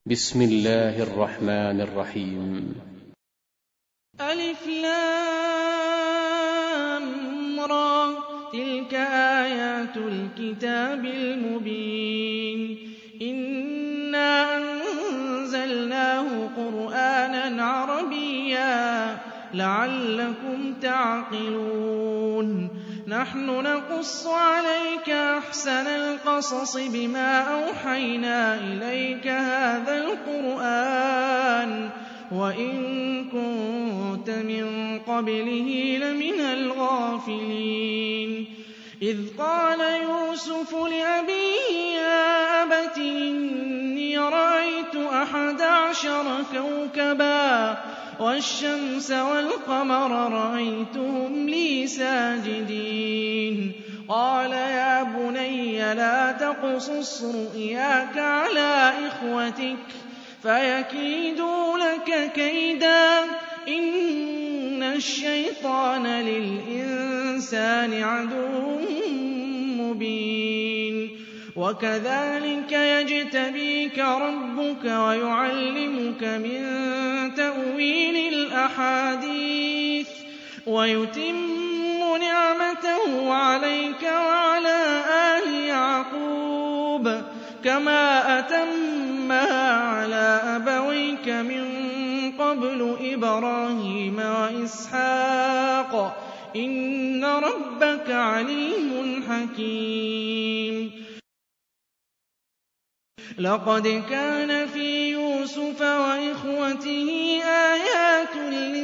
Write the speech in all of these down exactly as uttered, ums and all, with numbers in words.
بسم الله الرحمن الرحيم. ألف لام را، تلك آيات الكتاب المبين. إنا أنزلناه قرآنا عربيا لعلكم تعقلون. نحن نقص عليك أحسن القصص بما أوحينا إليك هذا القرآن وإن كنت من قبله لمن الغافلين. إذ قال يوسف لأبيه يا أبت إني رأيت أحد عشر كوكبا والشمس والقمر رأيتهم لي ساجدين. قال يا بني لا تقصص رؤياك على إخوتك فيكيدوا لك كيدا إن الشيطان للإنسان عدو مبين. وكذلك يجتبيك ربك ويعلمك من تأويل الأحاديث ويتم نعمته عليك وعلى آل يعقوب كما أتمها على أبويك من قبل إبراهيم وإسحاق إن ربك عليم حكيم. لقد كان في يوسف وإخوته آيات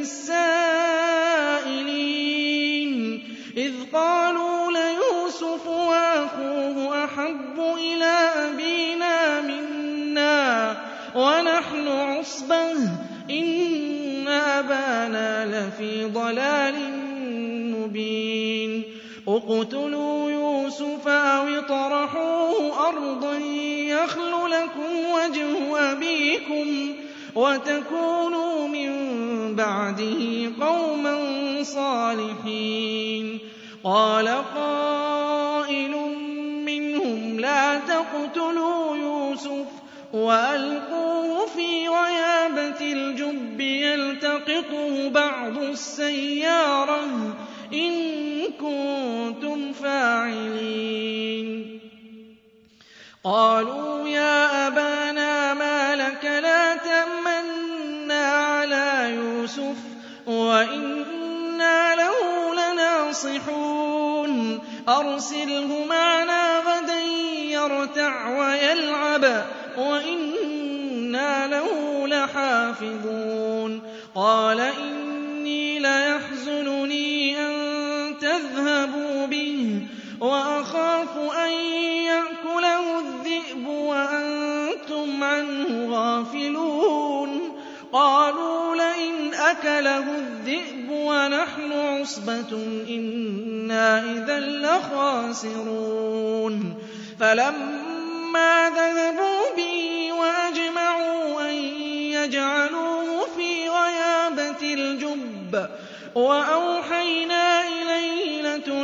للسائلين إذ قالوا ليوسف وأخوه أحب إلى أبينا منا ونحن عصبة إن أبانا لفي ضلال مبين. اقتلوا يوسف أو اطرحوه أرضا يخل لكم وجه أبيكم وتكونوا من بعده قوما صالحين. قال قائل منهم لا تقتلوا يوسف وألقوه في غيابة الجب يلتقطه بعض السيارة إن كنتم فاعلين. قالوا يا أبانا ما لك لا تأمنا على يوسف وإنا له لناصحون. أرسله معنا غدا يرتع ويلعب وإنا له لحافظون. قال إني ليحزنني أن تذهبوا به وأخاف أن يأكله الذئب وأنتم عنه غافلون. قالوا لئن أكله الذئب ونحن عصبة إنا إذا لخاسرون. فلما ذهبوا به وأجمعوا أن يجعلوه في غيابة الجب وأوحينا إليه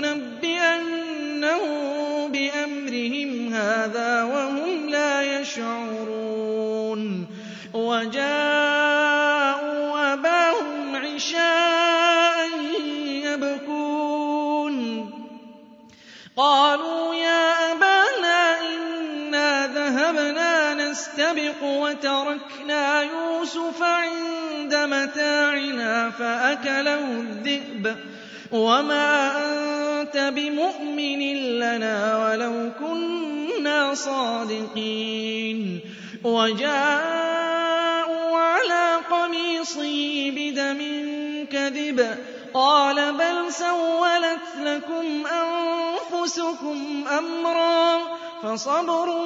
لتنبئنهم بأمرهم هذا وهم لا يشعرون. وجاءوا أباهم عشاء يبكون. قالوا يا أبانا إنا ذهبنا نستبق وتركنا يوسف عند متاعنا فأكله الذئب وما أنت بمؤمن لنا ولو كنا صادقين. وجاءوا على قميصه بدم كذب قال بل سولت لكم أنفسكم أمرا فصبر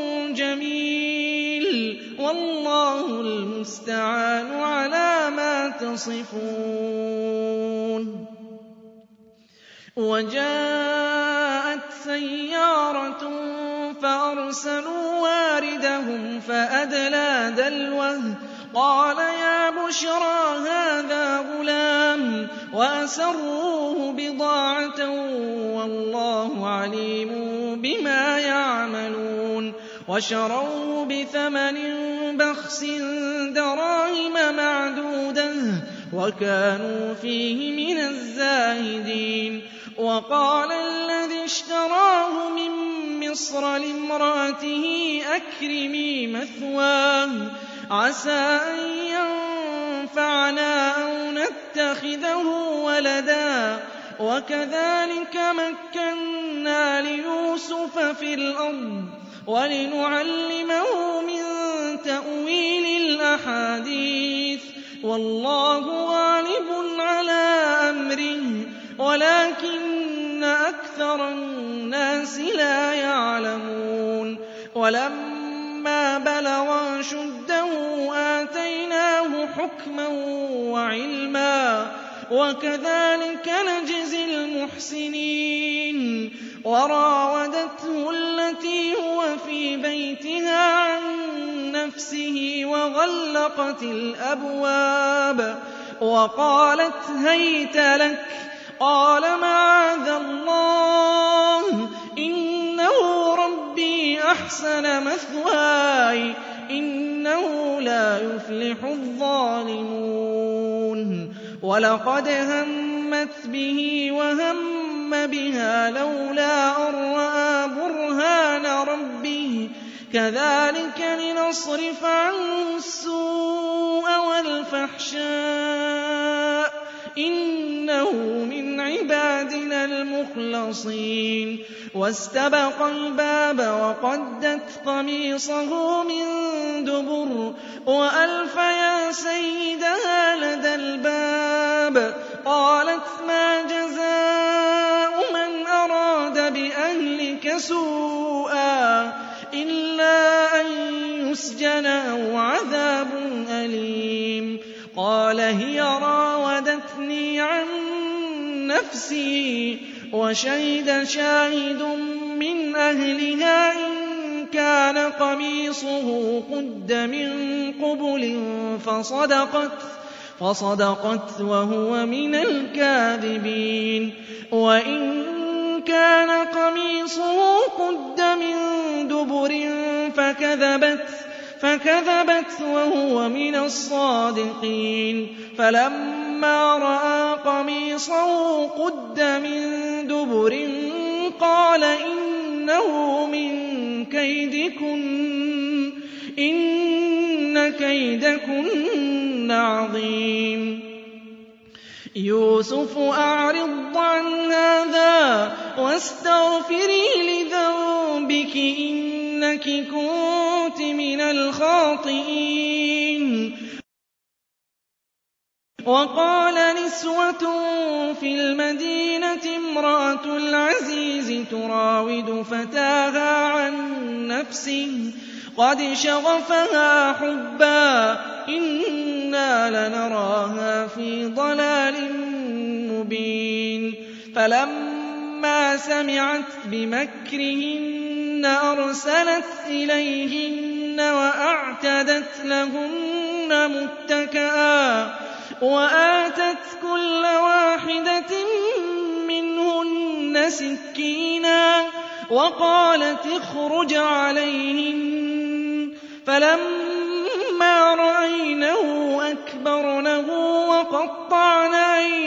جميل والله المستعان على ما تصفون. وجاءت سيارة فأرسلوا واردهم فأدلى دلوه قال يا بشرى هذا غلام وأسروه بضاعة والله عليم بما يعملون. وشروه بثمن بخس دراهم معدودة وكانوا فيه من الزاهدين. وقال الذي اشتراه من مصر لامرأته أكرمي مثواه عسى أن ينفعنا أو نتخذه ولدا وكذلك مكنا ليوسف في الأرض ولنعلمه من تأويل الأحاديث والله غالب على أمره ولكن أكثر الناس لا يعلمون. ولما بلغ أشده آتيناه حكما وعلما وكذلك نجزي المحسنين. وراودته التي هو في بيتها عن نفسه وغلقت الأبواب وقالت هيت لك قال معاذ الله إنه ربي أحسن مثواي إنه لا يفلح الظالمون. ولقد همت به وهم بها لولا أن رأى برهان ربه كذلك لنصرف عنه السوء والفحشاء إنه من عبادنا المخلصين. واستبق الباب وقدت قميصه من دبر وألف يا سيدها لدى الباب قالت ما جزاء من أراد بأهلك سوءا إلا أن يسجن أو عذاب أليم. قال هي راودتني عن نفسي وشهد شاهد من أهلها إن كان قميصه قد من قبل فصدقت فصدقت وهو من الكاذبين. وإن كان قميصه قد من دبر فكذبت فكذبت وهو من الصادقين. فلما رأى قميصه قد من دبر قال إنه من كيدكن إن كيدكن عظيم. يوسف أعرض عن هذا واستغفري لذنبك إنك كنت من الخاطئين. وقال نسوة في المدينة امرأة العزيز تراود فتاها عن نفسه قد شغفها حبا إنا لنراها في ضلال مبين. فلما سمعت بمكرهن أرسلت إليهن وأعتدت لهن متكئا وآتت كل واحدة منهن سكينا وقالت اخرج عليهن. فلما رأينه أكبرنه وقطعن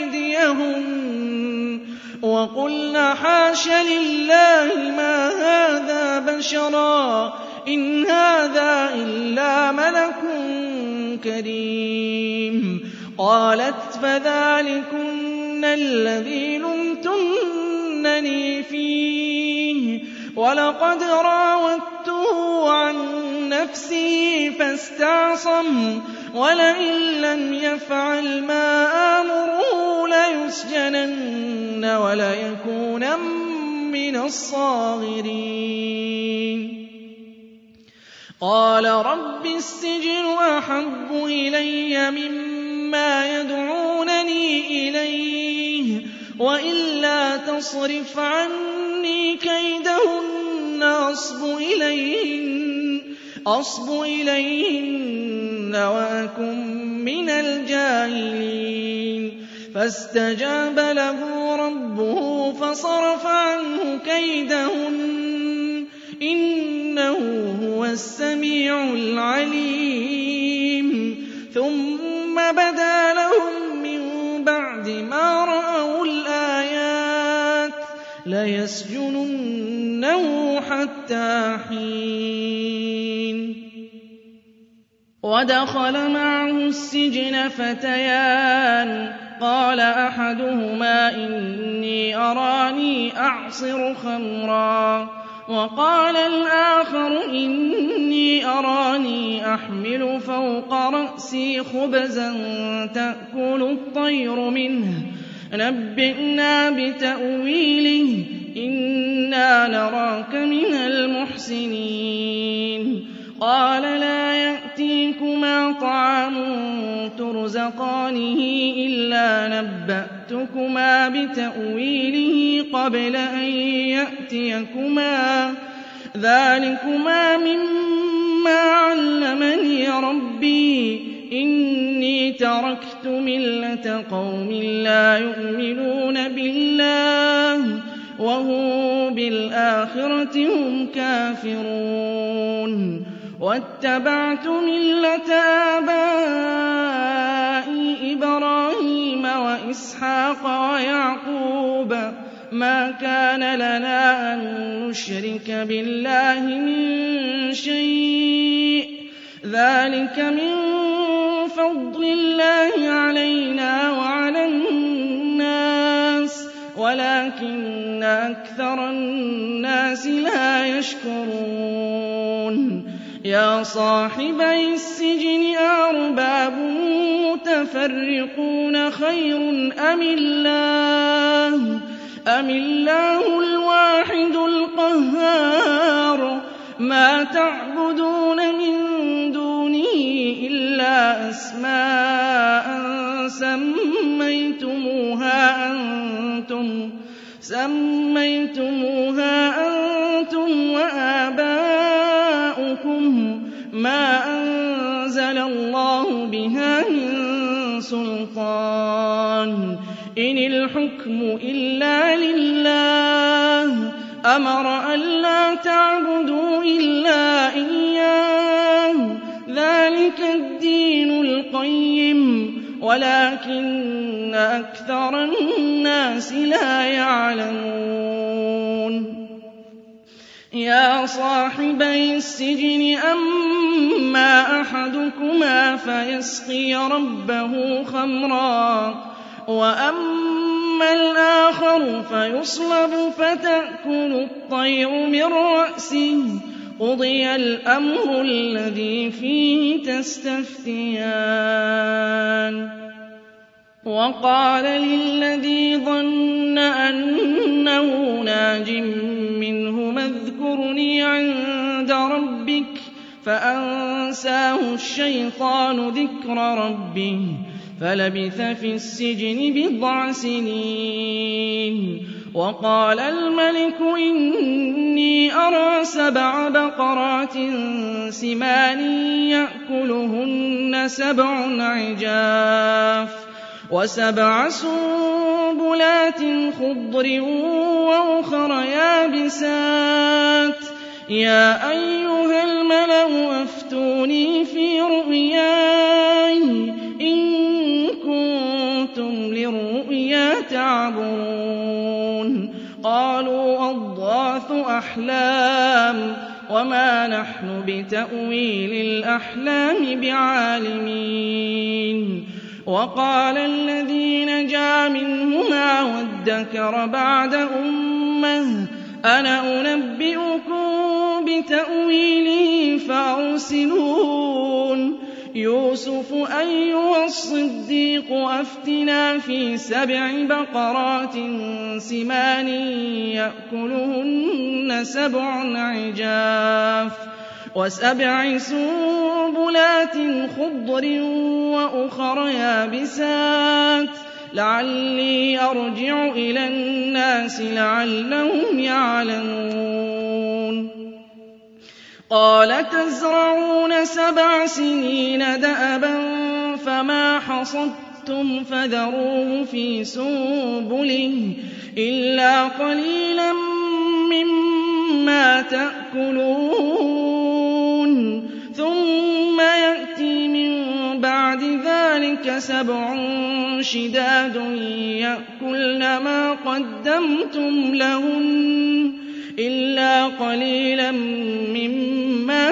أيديهن وقلن حاش لله ما هذا بشرا إن هذا إلا ملك كريم. قالت فذلكن الذي لمتنني فيه ولقد راودته عن نفسه فاستعصم ولئن لم يفعل ما آمره ليسجنن وليكونن من الصاغرين. قال رب السجن أحب إلي مما يدعونني إليه وإلا تصرف عني كيدهن أصب إليهن, أصب إليهن وأكن من الجاهلين. فاستجاب له ربه فصرف عنه كيدهن إنه هو السميع العليم ثم بدا لهم من بعد ما رأوا الآيات ليسجننه حتى حين ودخل معه السجن فتيان قال أحدهما إني أراني أعصر خمرا وقال الآخر إني أراني أحمل فوق رأسي خبزا تأكل الطير منه نبئنا بتأويله إنا نراك من المحسنين قال لا يأتيكما طعام ترزقانه إلا نبأتكما بتأويله قبل أن يأتيكما ذلكما مما علمني ربي إني تركت ملة قوم لا يؤمنون بالله وهم بالآخرة هم كافرون واتبعت ملة آبائي إبراهيم وإسحاق ويعقوب ما كان لنا أن نشرك بالله من شيء ذلك من فضل الله علينا وعلى الناس ولكن أكثر الناس لا يشكرون يا صاحبي السجن أأرباب متفرقون خير أم الله أم الله الواحد القهار ما تعبدون من دونه إلا أسماء سميتموها أنتم سميتموها أنتم وآباؤكم ما أنزل الله بها من سلطان إن الحكم إلا لله أمر ألا تعبدوا إلا إياه ذلك الدين القيم ولكن أكثر الناس لا يعلمون يا صاحبي السجن أما أحدكما فيسقي ربه خمرا وأما الآخر فيصلب فتأكل الطير من رأسه قضي الأمر الذي فيه تستفتيان وقال للذي ظن أنه ناج منهما اذكرني عند ربك فأنساه الشيطان ذكر ربه فلبث في السجن بضع سنين وقال الملك إني أرى سبع بقرات سمان يأكلهن سبع عجاف وسبع سنبلات خضر وأخر يابسات يا أيها الملأ أفتوني في رؤياي إن كنتم للرؤيا تعبرون قالوا أضغاث أحلام وما نحن بتأويل الأحلام بعالمين وقال الذي نجا منهما وادكر بعد أمة أنا أنبئكم بتأويله فأرسلون يوسف أيها الصديق أفتنا في سبع بقرات سمان يأكلهن سبع عجاف وسبع سنبلات خضر وأخر يابسات لعلي أرجع إلى الناس لعلهم يعلمون قال تزرعون سبع سنين دأبا فما حصدتم فذروه في سنبله إلا قليلا مما تأكلون ذلك سبع شداد يأكلن ما قدمتم لهن إلا قليلا مما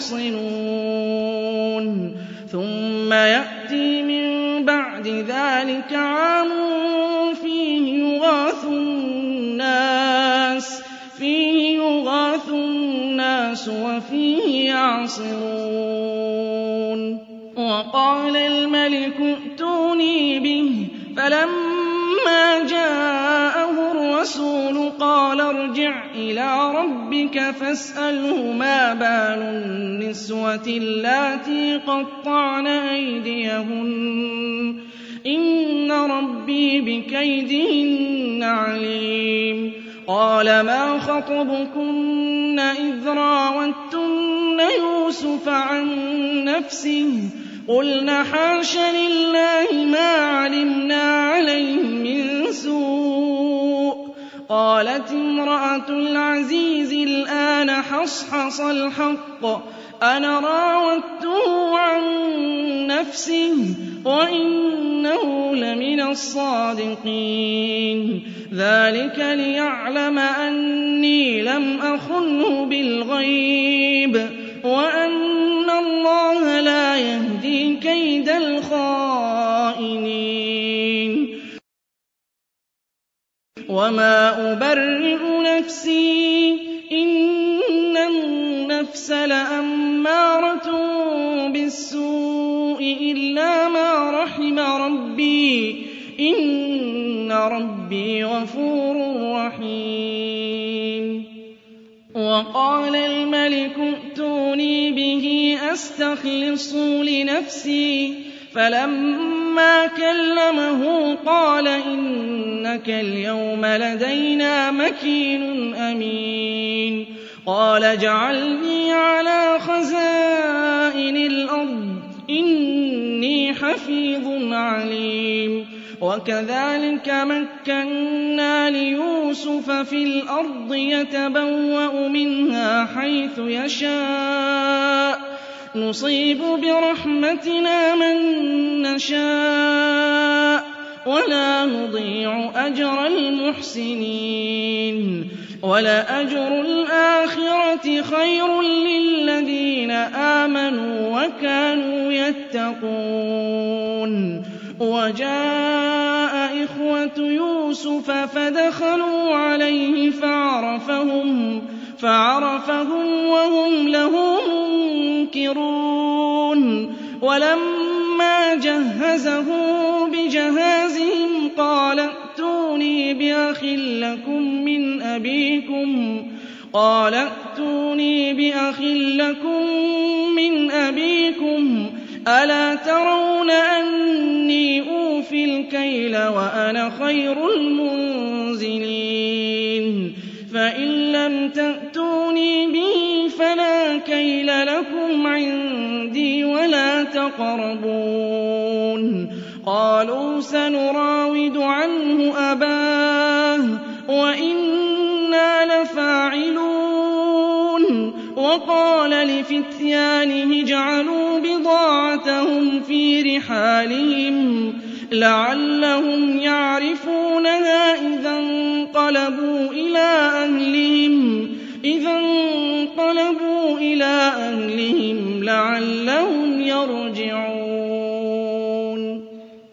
تحصنون ثم يأتي من بعد ذلك عام فيه يغاث الناس فيه يغاث الناس وفيه يعصرون وقال الملك ائتوني به فلما جاءه الرسول قال ارجع إلى ربك فاسأله ما بال النسوة اللاتي قطعن أيديهن إن ربي بكيدهن عليم قال ما خطبكن إذ راوتن يوسف عن نفسه قلنا حاش لله ما علمنا عليه من سوء قالت امرأة العزيز الآن حصحص الحق أنا راودته عن نفسه وإنه لمن الصادقين ذلك ليعلم أني لم أخنه بالغيب وأن الله لا يهدي كيد الخائنين وما أبرئ نفسي إن النفس لأمارة بالسوء إلا ما رحم ربي إن ربي غفور رحيم وقال الملك ائتوني به أستخلصه لنفسي فلما كلمه قال إنك اليوم لدينا مكين أمين قال اجعلني على خزائن الأرض إني حفيظ عليم وكذلك مكنا ليوسف في الأرض يتبوأ منها حيث يشاء نصيب برحمتنا من نشاء ولا نضيع أجر المحسنين ولأجر الآخرة خير للذين آمنوا وكانوا يتقون وجاء إخوة يوسف فدخلوا عليه فعرفهم فعرفهم وهم له منكرون ولما جهزه بجهازهم قال ائتوني بأخ لكم من أبيكم قال ائتوني بأخ لكم من أبيكم ألا ترون أني أوفي الكيل وأنا خير المنزلين فإن لم تأتوني به فلا كيل لكم عندي ولا تقربون قالوا سنراود عنه أباه وإنا لفاعلون وقال لفتيانه اجعلوا بضاعتهم في رحالهم لعلهم يعرفونها إذا انقلبوا إلى أهلهم إذا انقلبوا إلى أهلهم لعلهم يرجعون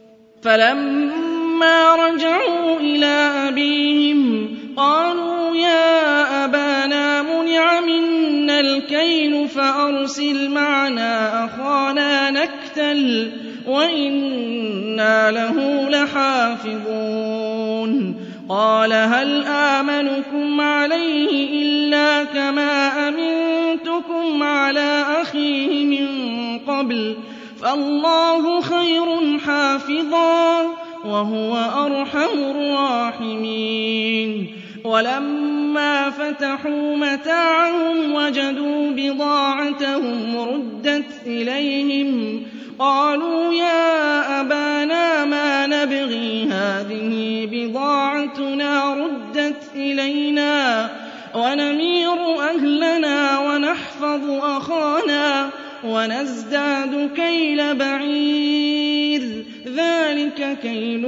فلما رجعوا إلى أبيهم قالوا يا أبانا منع منا الكيل فأرسل معنا أخانا نكتل وإنا له لحافظون قال هل آمنكم عليه إلا كما أمنتكم على أخيه من قبل فالله خير حافظا وهو أرحم الراحمين ولما فتحوا متاعهم وجدوا بضاعتهم ردت إليهم قالوا يا أبانا ما نبغي هذه بضاعتنا ردت إلينا ونمير أهلنا ونحفظ أخانا ونزداد كيل بعير ذلك كيل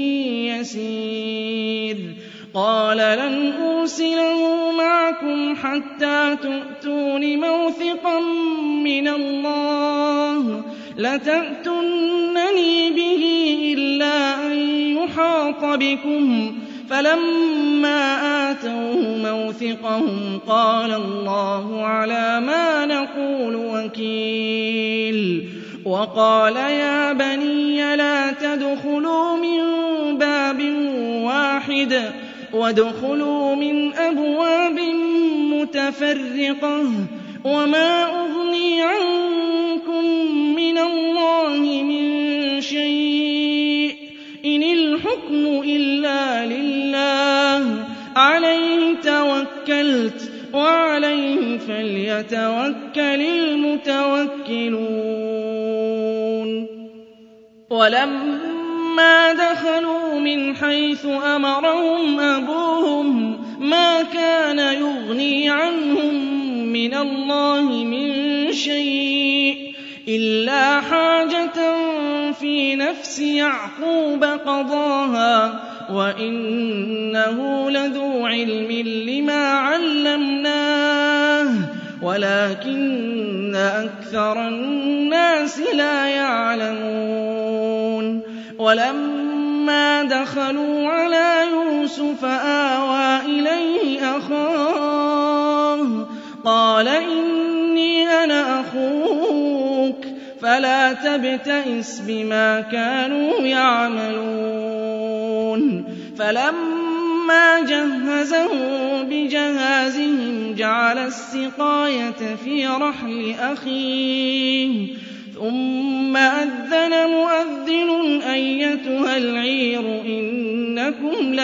يسير قال لن أرسله معكم حتى تؤتون موثقا من الله لتأتونني به إلا أن يحاط بكم فلما آتوه موثقهم قال الله على ما نقول وكيل وقال يا بني لا تدخلوا من باب واحد وادخلوا من أبواب متفرقة وما أغني عنكم من الله من شيء إن الحكم إلا لله عليه توكلت وعليه فليتوكل المتوكلون ولما دخلوا من حيث أمرهم أبوهم ما كان يغني عنهم من الله من شيء إلا حاجة في نفس يعقوب قضاها وإنه لذو علم لما علمناه ولكن أكثر الناس لا يعلمون ولما دخلوا على يوسف آوى إليه أخاه قال إني أنا أخوك فلا تبتئس بما كانوا يعملون فلما جهزهم بجهازهم جعل السقاية في رحل أخيه ثم أذن مؤذن أيتها العير إنكم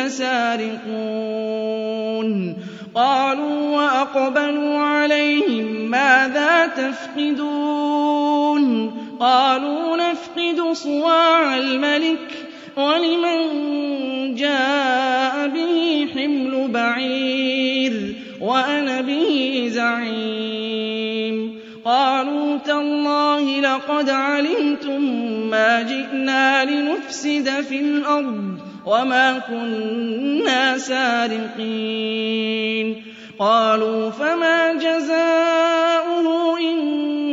لسارقون قالوا وأقبلوا عليهم ماذا تفقدون قالوا نفقد صواع الملك ولمن جاء به حمل بعير وأنا به زعيم قالوا تالله لقد علمتم ما جئنا لنفسد في الأرض وما كنا سارقين قالوا فما جزاؤه إن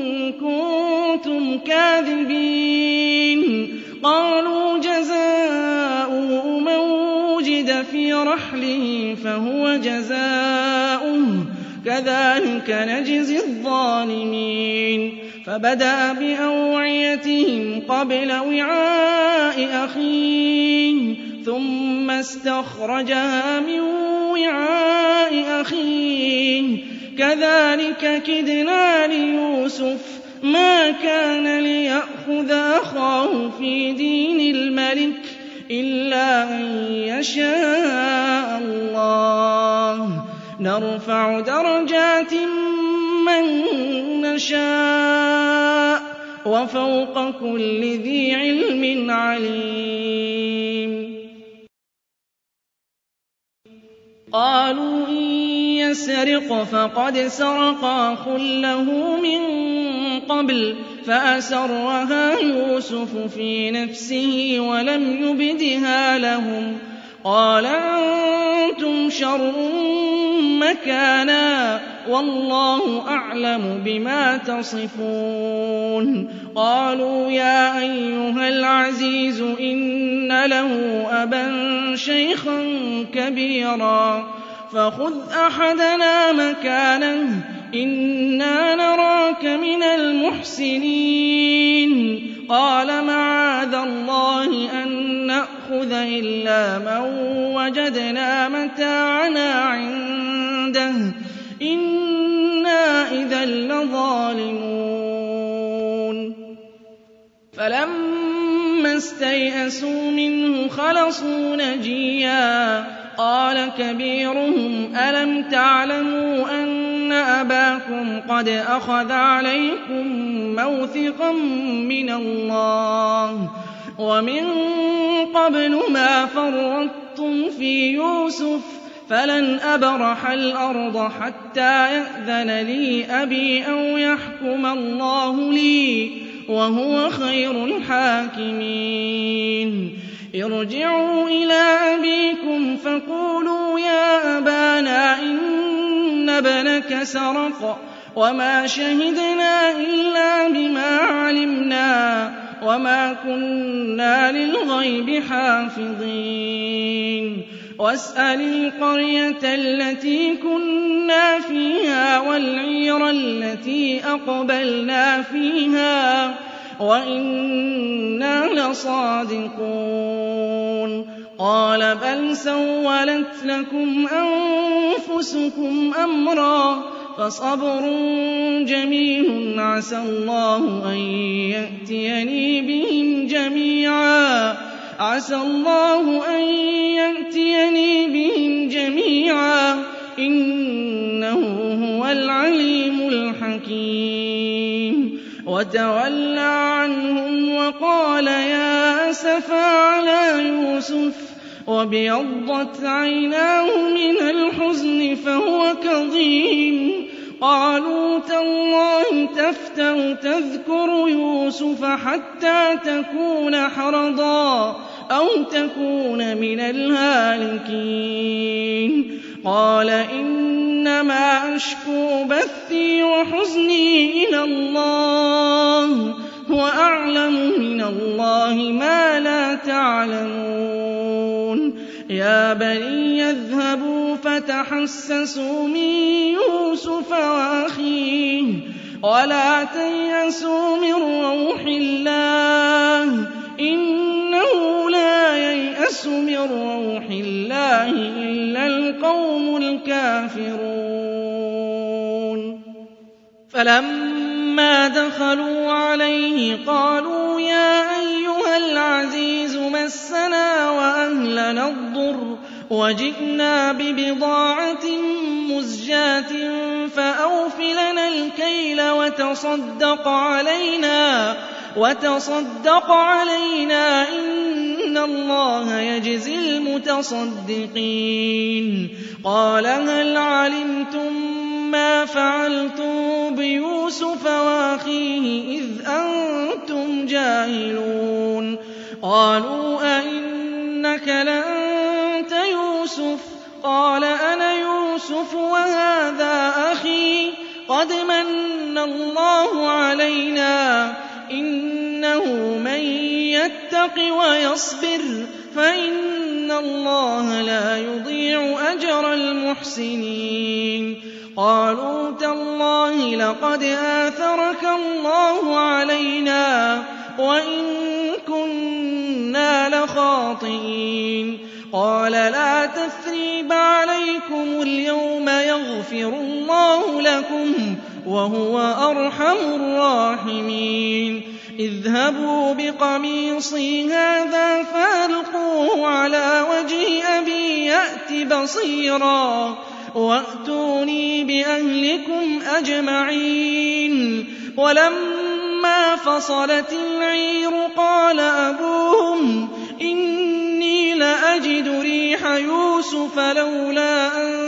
كنتم كاذبين قالوا جزاؤه من وجد في رحله فهو جزاؤه كذلك نجزي الظالمين فبدأ بأوعيتهم قبل وعاء أخيه ثم استخرجها من وعاء أخيه كذلك كدنا ليوسف ما كان ليأخذ أخاه في دين الملك إلا أن يشاء الله نرفع درجات من نشاء وفوق كل ذي علم عليم قالوا إن يسرق فقد سرق أخ له من قبل فأسرها يوسف في نفسه ولم يبدها لهم قال أنتم شر مكانا والله أعلم بما تصفون قالوا يا أيها العزيز إن له أبا شيخا كبيرا فخذ أحدنا مكانه إنا نراك من المحسنين قال معاذ الله أن نأخذ إلا من وجدنا متاعنا عنده إنا إذا لظالمون فلما استيئسوا منه خلصوا نجيا قال كبيرهم ألم تعلموا أن أباكم قد أخذ عليكم موثقا من الله ومن قبل ما فرطتم في يوسف فلن أبرح الأرض حتى يأذن لي أبي أو يحكم الله لي وهو خير الحاكمين ارجعوا إلى أبيكم فقولوا يا أبانا إن ابنك سرق وما شهدنا إلا بما علمنا وما كنا للغيب حافظين واسأل القرية التي كنا فيها والعير التي أقبلنا فيها وإنا لصادقون قال بل سولت لكم أنفسكم أمرا فصبر جميل عسى الله أن يأتيني بهم جميعا عسى الله أن يأتيني بهم جميعا إنه هو العليم الحكيم وتولى عنهم وقال يا أسفا على يوسف وابيضت عيناه من الحزن فهو كظيم قالوا تالله تفتأ تذكر يوسف حتى تكون حرضا أو تكون من الهالكين قال إنما أشكو بثي وحزني إلى الله هو أعلم من الله ما لا تعلمون يا بني اذهبوا فتحسسوا من يوسف وأخيه ولا تيأسوا من روح الله إنه لا ييأس من روح الله إلا القوم الكافرون فلما دخلوا عليه قالوا يا أيها العزيز مسنا وأهلنا الضر وجئنا ببضاعة مزجاة فأوف لنا الكيل وتصدق علينا وتصدق علينا إن الله يجزي المتصدقين قال هل علمتم ما فعلتم بيوسف وأخيه إذ أنتم جاهلون قالوا أئنك لأنت يوسف قال أنا يوسف وهذا أخي قد من الله علينا إنه من يتق ويصبر فإن الله لا يضيع أجر المحسنين قالوا تالله لقد آثرك الله علينا وإن كنا لخاطئين قال لا تثريب عليكم اليوم يغفر الله لكم وهو أرحم الراحمين اذهبوا بقميصي هذا فألقوه على وجه أبي يأت بصيرا وأتوني بأهلكم أجمعين ولما فصلت العير قال أبوهم إني لأجد ريح يوسف لولا أن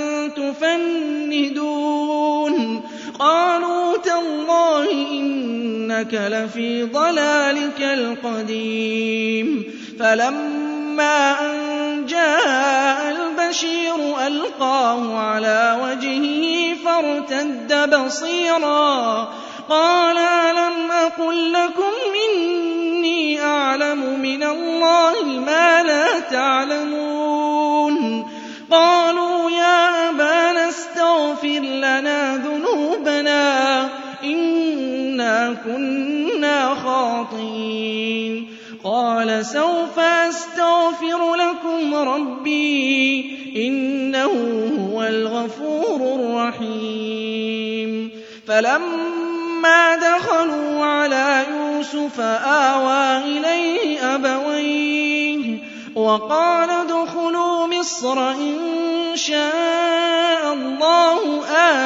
تفندون قالوا تالله إنك لفي ضلالك القديم فلما أن جاء البشير ألقاه على وجهه فارتد بصيرا قال ألم أقل لكم إني أعلم من الله ما لا تعلمون قالوا يا أبانا استغفر لنا ذنوبنا إنا كنا خاطئين قال سوف أستغفر لكم ربي إنه هو الغفور الرحيم فلما دخلوا على يوسف آوى إليه أبويه وقال ادخلوا مصر إن شاء الله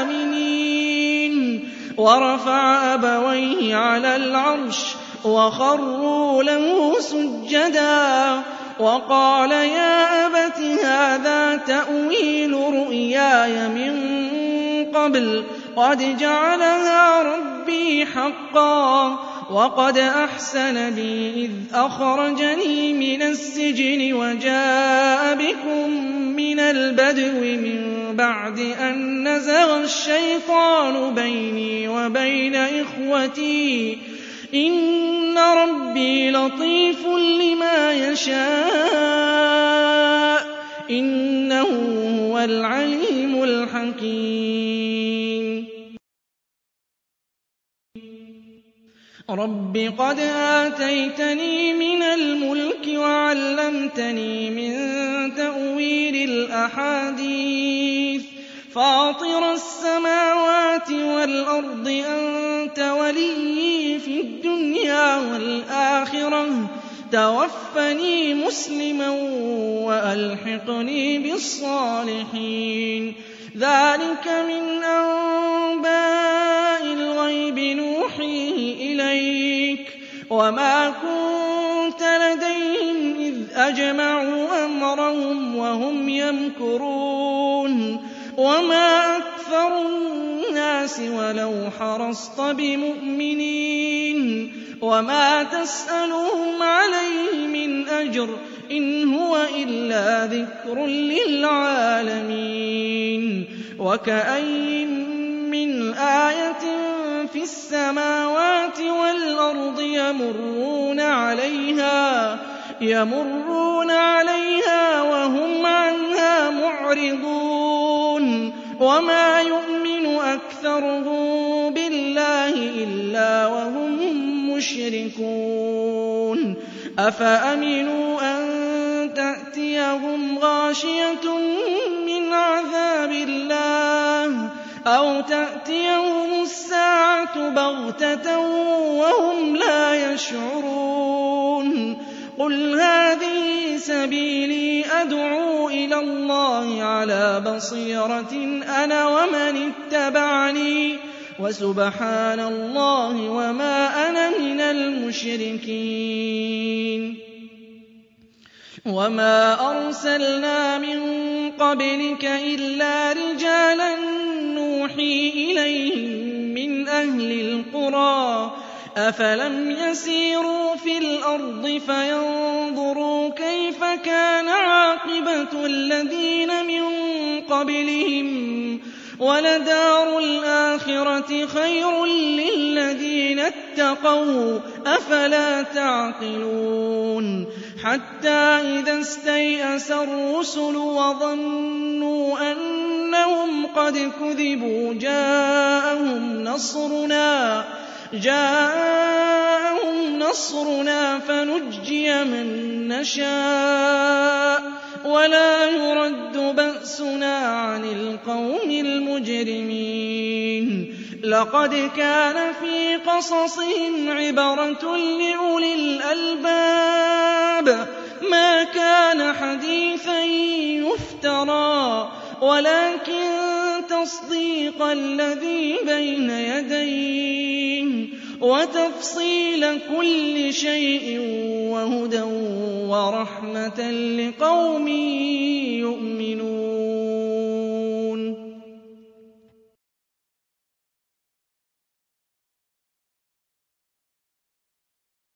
آمنين ورفع أبويه على العرش وخروا له سجدا وقال يا أبت هذا تأويل رؤياي من قبل قد جعلها ربي حقا وقد أحسن بي إذ أخرجني من السجن وجاء بكم من البدو من بعد أن نزغ الشيطان بيني وبين إخوتي إن ربي لطيف لما يشاء إنه هو العليم الحكيم رب قد آتيتني من الملك وعلمتني من تأويل الأحاديث فاطر السماوات والأرض أنت وليي في الدنيا والآخرة توفني مسلما وألحقني بالصالحين ذلك من أنباء الغيب نوحيه إليك وما كنت لديهم إذ أجمعوا أمرهم وهم يمكرون وما أكثر الناس ولو حرصت بمؤمنين وما تسألهم عليه من أجر إن هو إلا ذكر للعالمين وكأين من آية في السماوات والأرض يمرون عليها يمرون عليها وهم عنها معرضون وما يؤمن أكثرهم بالله إلا وهم مشركون أفأمنوا أن تأتيهم غاشية من عذاب الله أو تأتيهم الساعة بغتة وهم لا يشعرون قل هذه سبيلي أدعو إلى الله على بصيرة أنا ومن اتبعني وسبحان الله وما أنا من المشركين وما أرسلنا من قبلك إلا رجالا نوحي إليهم من أهل القرى أفلم يسيروا في الأرض فينظروا كيف كان عاقبة الذين من قبلهم ولدار الآخرة خير للذين اتقوا أفلا تعقلون حتى إذا استيأس الرسل وظنوا أنهم قد كذبوا جاءهم نصرنا جاءهم نصرنا فنجي من نشاء ولا يرد بأسنا عن القوم المجرمين لقد كان في قصصهم عبرة لأولي الألباب ما كان حديثا يفترى ولكن تصديق الذي بين يديه وتفصيل كل شيء وهدى ورحمة لقوم يؤمنون